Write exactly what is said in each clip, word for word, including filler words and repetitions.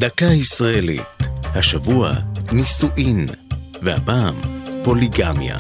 דקה ישראלית. השבוע נישואין, והפעם פוליגמיה.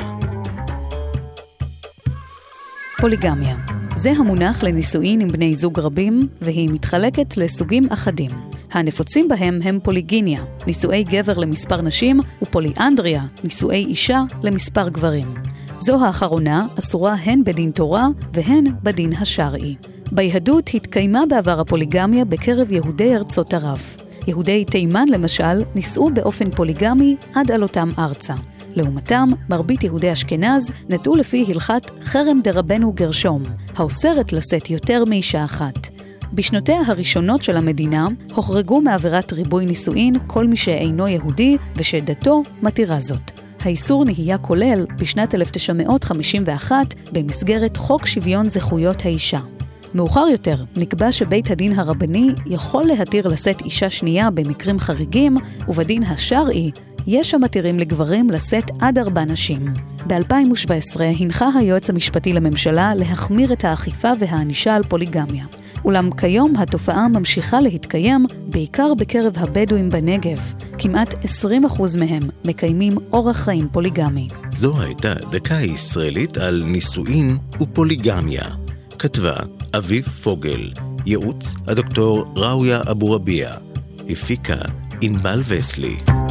פוליגמיה. זה המונח לנישואין עם בני זוג רבים, והיא מתחלקת לסוגים אחדים. הנפוצים בהם הם פוליגיניה, נישואי גבר למספר נשים, ופוליאנדריה, נישואי אישה למספר גברים. זו האחרונה אסורה הן בדין תורה והן בדין השרעי. ביהדות התקיימה בעבר הפוליגמיה בקרב יהודי ארצות ערב. יהודי תימן למשל נישאו באופן פוליגמי עד עלותם ארצה. לעומתם, מרבית יהודי אשכנז נטו לפי הלכת חרם דרבנו גרשום, האוסרת לשאת יותר מאישה אחת. בשנותיה הראשונות של המדינה הוחרגו מעבירת ריבוי נישואין כל מי שאינו יהודי ושדתו מתירה זאת. האיסור נהיה כולל בשנת אלף תשע מאות חמישים ואחת במסגרת חוק שוויון זכויות האישה. מאוחר יותר נקבע שבית הדין הרבני יכול להתיר לשאת אישה שנייה במקרים חריגים, ובדין השרעי יש המתירים לגברים לשאת עד ארבע נשים. ב-אלפיים ושבע עשרה הנחה היועץ המשפטי לממשלה להחמיר את האכיפה והענישה על פוליגמיה. אולם כיום התופעה ממשיכה להתקיים בעיקר בקרב הבדואים בנגב. כמעט עשרים אחוז מהם מקיימים אורח חיים פוליגמי. זו הייתה דקה ישראלית על נישואין ופוליגמיה. כתבה אביב פוגל, ייעוץ הדוקטור ראויה אבו רביע, הפיקה ענבל וסלי.